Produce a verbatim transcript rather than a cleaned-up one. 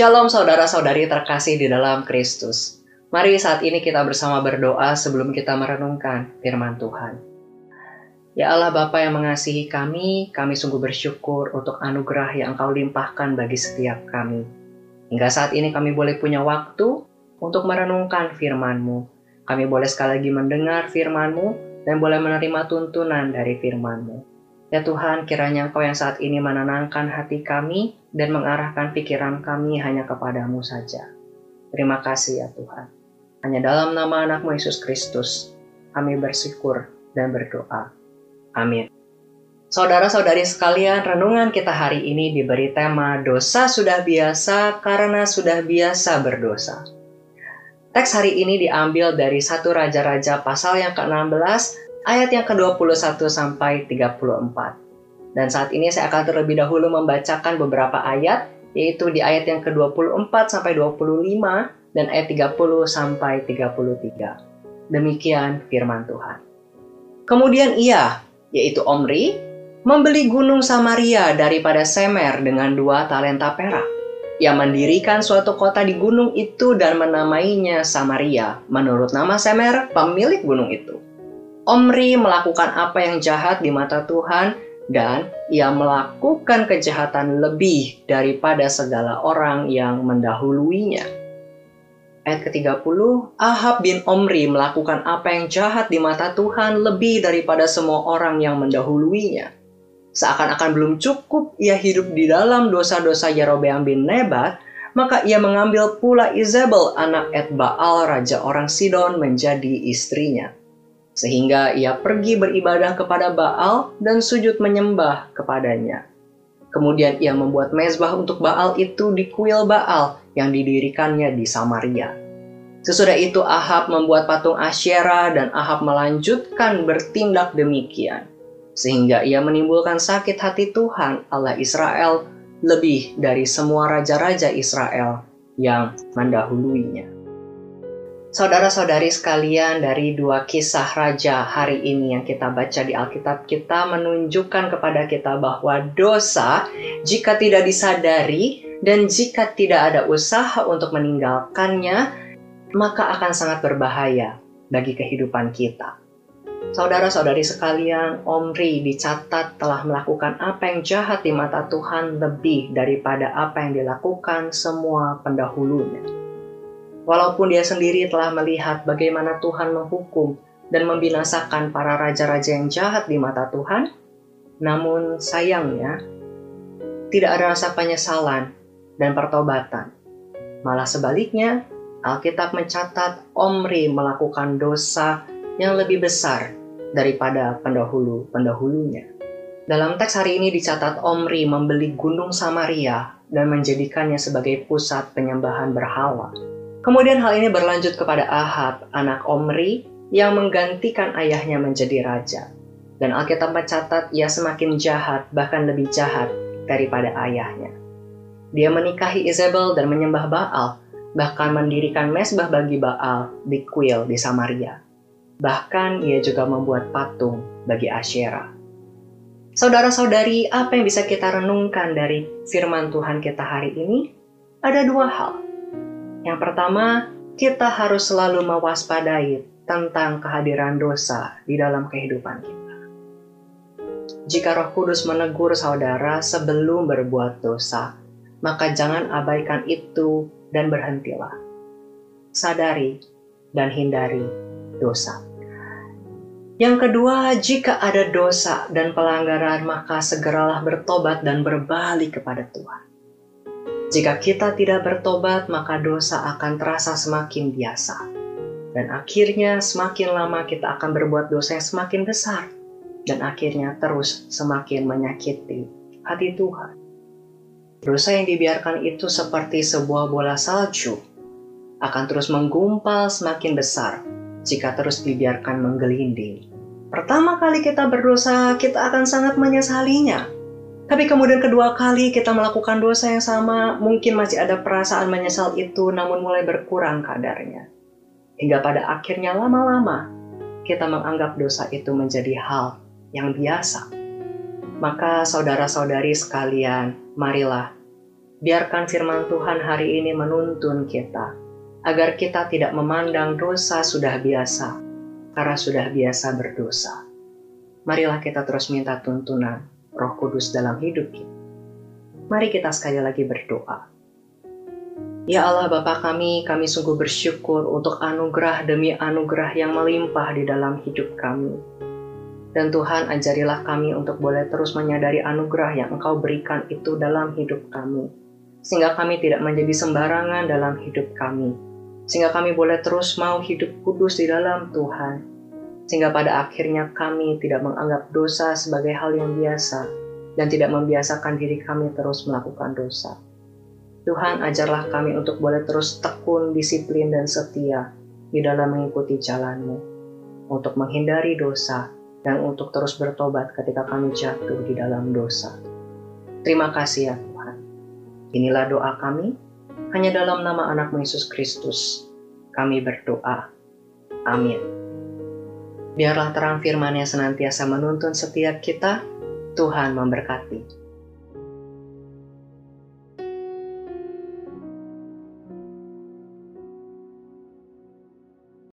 Shalom saudara-saudari terkasih di dalam Kristus. Mari saat ini kita bersama berdoa sebelum kita merenungkan firman Tuhan. Ya Allah Bapa yang mengasihi kami, kami sungguh bersyukur untuk anugerah yang Engkau limpahkan bagi setiap kami. Hingga saat ini kami boleh punya waktu untuk merenungkan firman-Mu. Kami boleh sekali lagi mendengar firman-Mu dan boleh menerima tuntunan dari firman-Mu. Ya Tuhan, kiranya Engkau yang saat ini menenangkan hati kami dan mengarahkan pikiran kami hanya kepadamu saja. Terima kasih ya Tuhan. Hanya dalam nama anak-Mu Yesus Kristus, kami bersyukur dan berdoa. Amin. Saudara-saudari sekalian, renungan kita hari ini diberi tema dosa sudah biasa karena sudah biasa berdosa. Teks hari ini diambil dari satu Raja-Raja pasal yang ke enam belas, ayat yang ke dua puluh satu sampai tiga puluh empat. Dan saat ini saya akan terlebih dahulu membacakan beberapa ayat, yaitu di ayat yang ke dua puluh empat sampai dua puluh lima dan ayat tiga puluh sampai tiga puluh tiga. Demikian firman Tuhan. Kemudian ia, yaitu Omri, membeli gunung Samaria daripada Semer dengan dua talenta perak. Ia mendirikan suatu kota di gunung itu dan menamainya Samaria, menurut nama Semer, pemilik gunung itu. Omri melakukan apa yang jahat di mata Tuhan, dan ia melakukan kejahatan lebih daripada segala orang yang mendahuluinya. Ayat ke tiga puluh, Ahab bin Omri melakukan apa yang jahat di mata Tuhan lebih daripada semua orang yang mendahuluinya. Seakan-akan belum cukup ia hidup di dalam dosa-dosa Yerobeam bin Nebat, maka ia mengambil pula Izebel anak Etbaal raja orang Sidon menjadi istrinya. Sehingga ia pergi beribadah kepada Baal dan sujud menyembah kepadanya. Kemudian ia membuat mezbah untuk Baal itu di kuil Baal yang didirikannya di Samaria. Sesudah itu Ahab membuat patung Asyera dan Ahab melanjutkan bertindak demikian. Sehingga ia menimbulkan sakit hati Tuhan Allah Israel lebih dari semua raja-raja Israel yang mendahuluinya. Saudara-saudari sekalian, dari dua kisah raja hari ini yang kita baca di Alkitab kita menunjukkan kepada kita bahwa dosa jika tidak disadari dan jika tidak ada usaha untuk meninggalkannya, maka akan sangat berbahaya bagi kehidupan kita. Saudara-saudari sekalian, Omri dicatat telah melakukan apa yang jahat di mata Tuhan lebih daripada apa yang dilakukan semua pendahulunya. Walaupun dia sendiri telah melihat bagaimana Tuhan menghukum dan membinasakan para raja-raja yang jahat di mata Tuhan, namun sayangnya tidak ada rasa penyesalan dan pertobatan. Malah sebaliknya, Alkitab mencatat Omri melakukan dosa yang lebih besar daripada pendahulu-pendahulunya. Dalam teks hari ini dicatat Omri membeli gunung Samaria dan menjadikannya sebagai pusat penyembahan berhala. Kemudian hal ini berlanjut kepada Ahab, anak Omri, yang menggantikan ayahnya menjadi raja. Dan Alkitab mencatat ia semakin jahat, bahkan lebih jahat daripada ayahnya. Dia menikahi Izebel dan menyembah Baal, bahkan mendirikan mezbah bagi Baal di kuil di Samaria. Bahkan ia juga membuat patung bagi Asyera. Saudara-saudari, apa yang bisa kita renungkan dari firman Tuhan kita hari ini? Ada dua hal. Yang pertama, kita harus selalu mewaspadai tentang kehadiran dosa di dalam kehidupan kita. Jika Roh Kudus menegur saudara sebelum berbuat dosa, maka jangan abaikan itu dan berhentilah. Sadari dan hindari dosa. Yang kedua, jika ada dosa dan pelanggaran, maka segeralah bertobat dan berbalik kepada Tuhan. Jika kita tidak bertobat, maka dosa akan terasa semakin biasa. Dan akhirnya semakin lama kita akan berbuat dosa yang semakin besar. Dan akhirnya terus semakin menyakiti hati Tuhan. Dosa yang dibiarkan itu seperti sebuah bola salju. Akan terus menggumpal semakin besar jika terus dibiarkan menggelinding. Pertama kali kita berdosa, kita akan sangat menyesalinya. Tapi kemudian kedua kali kita melakukan dosa yang sama, mungkin masih ada perasaan menyesal itu, namun mulai berkurang kadarnya. Hingga pada akhirnya lama-lama, kita menganggap dosa itu menjadi hal yang biasa. Maka saudara-saudari sekalian, marilah Biarkan firman Tuhan hari ini menuntun kita, agar kita tidak memandang dosa sudah biasa, karena sudah biasa berdosa. Marilah kita terus minta tuntunan Roh Kudus dalam hidup kita. Mari kita sekali lagi berdoa. Ya Allah Bapa kami, kami sungguh bersyukur untuk anugerah demi anugerah yang melimpah di dalam hidup kami. Dan Tuhan, ajarilah kami untuk boleh terus menyadari anugerah yang Engkau berikan itu dalam hidup kami. Sehingga kami tidak menjadi sembarangan dalam hidup kami. Sehingga kami boleh terus mau hidup kudus di dalam Tuhan. Sehingga pada akhirnya kami tidak menganggap dosa sebagai hal yang biasa dan tidak membiasakan diri kami terus melakukan dosa. Tuhan, ajarlah kami untuk boleh terus tekun, disiplin, dan setia di dalam mengikuti jalan-Mu, untuk menghindari dosa, dan untuk terus bertobat ketika kami jatuh di dalam dosa. Terima kasih ya Tuhan. Inilah doa kami, hanya dalam nama anak Yesus Kristus, kami berdoa. Amin. Biarlah terang firman-Nya senantiasa menuntun setiap kita. Tuhan memberkati.